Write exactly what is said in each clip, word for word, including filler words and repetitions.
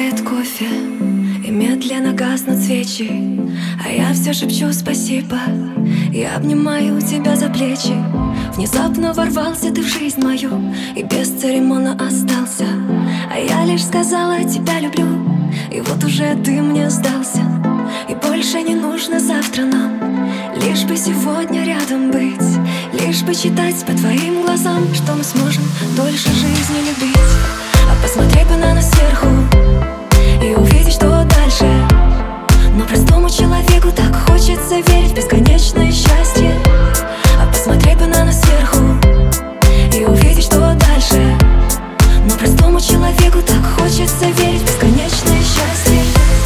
Остывает кофе и медленно гаснут свечи, а я все шепчу спасибо и обнимаю тебя за плечи. Внезапно ворвался ты в жизнь мою и бесцеремонно остался, а я лишь сказала: тебя люблю, и вот уже ты мне сдался. И больше не нужно завтра нам, лишь бы сегодня рядом быть, лишь бы читать по твоим глазам, что мы сможем дольше жизни любить. А посмотреть бы на нас сверху и увидеть, что дальше. Но простому человеку так хочется верить в бесконечное счастье. А посмотреть бы на нас сверху и увидеть, что дальше. Но простому человеку так хочется верить в бесконечное счастье.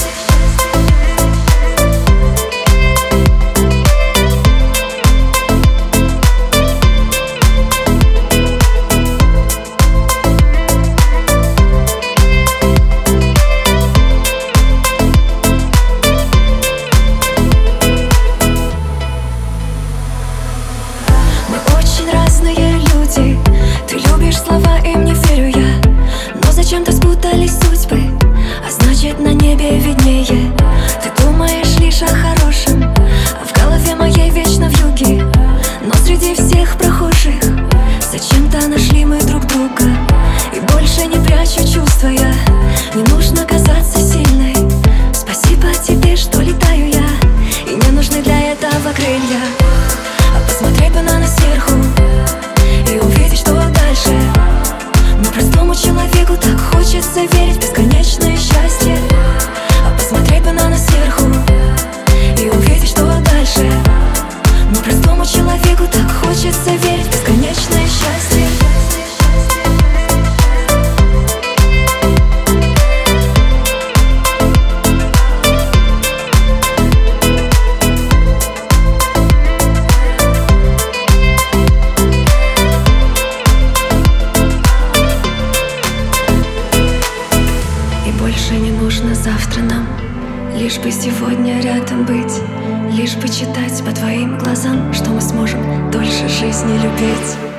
Ты любишь слова, им не верю я, но зачем-то спутались судьбы, а значит на небе виднее. Ты думаешь лишь о хорошем, а в голове моей вечно вьюги. Но среди всех прохожих зачем-то нашли мы друг друга. И больше не прячу чувства я, не нужно казаться сильной. Спасибо тебе, что летаю я, и не нужны для этого крылья. А посмотреть бы на нас сверху и увидеть, что дальше. Но простому человеку так хочется верить в бесконечное счастье. А посмотреть бы на нас сверху и увидеть, что дальше. Но простому человеку так хочется верить в бесконечное счастье. Больше не нужно завтра нам, лишь бы сегодня рядом быть, лишь бы читать по твоим глазам, что мы сможем дольше жизни любить.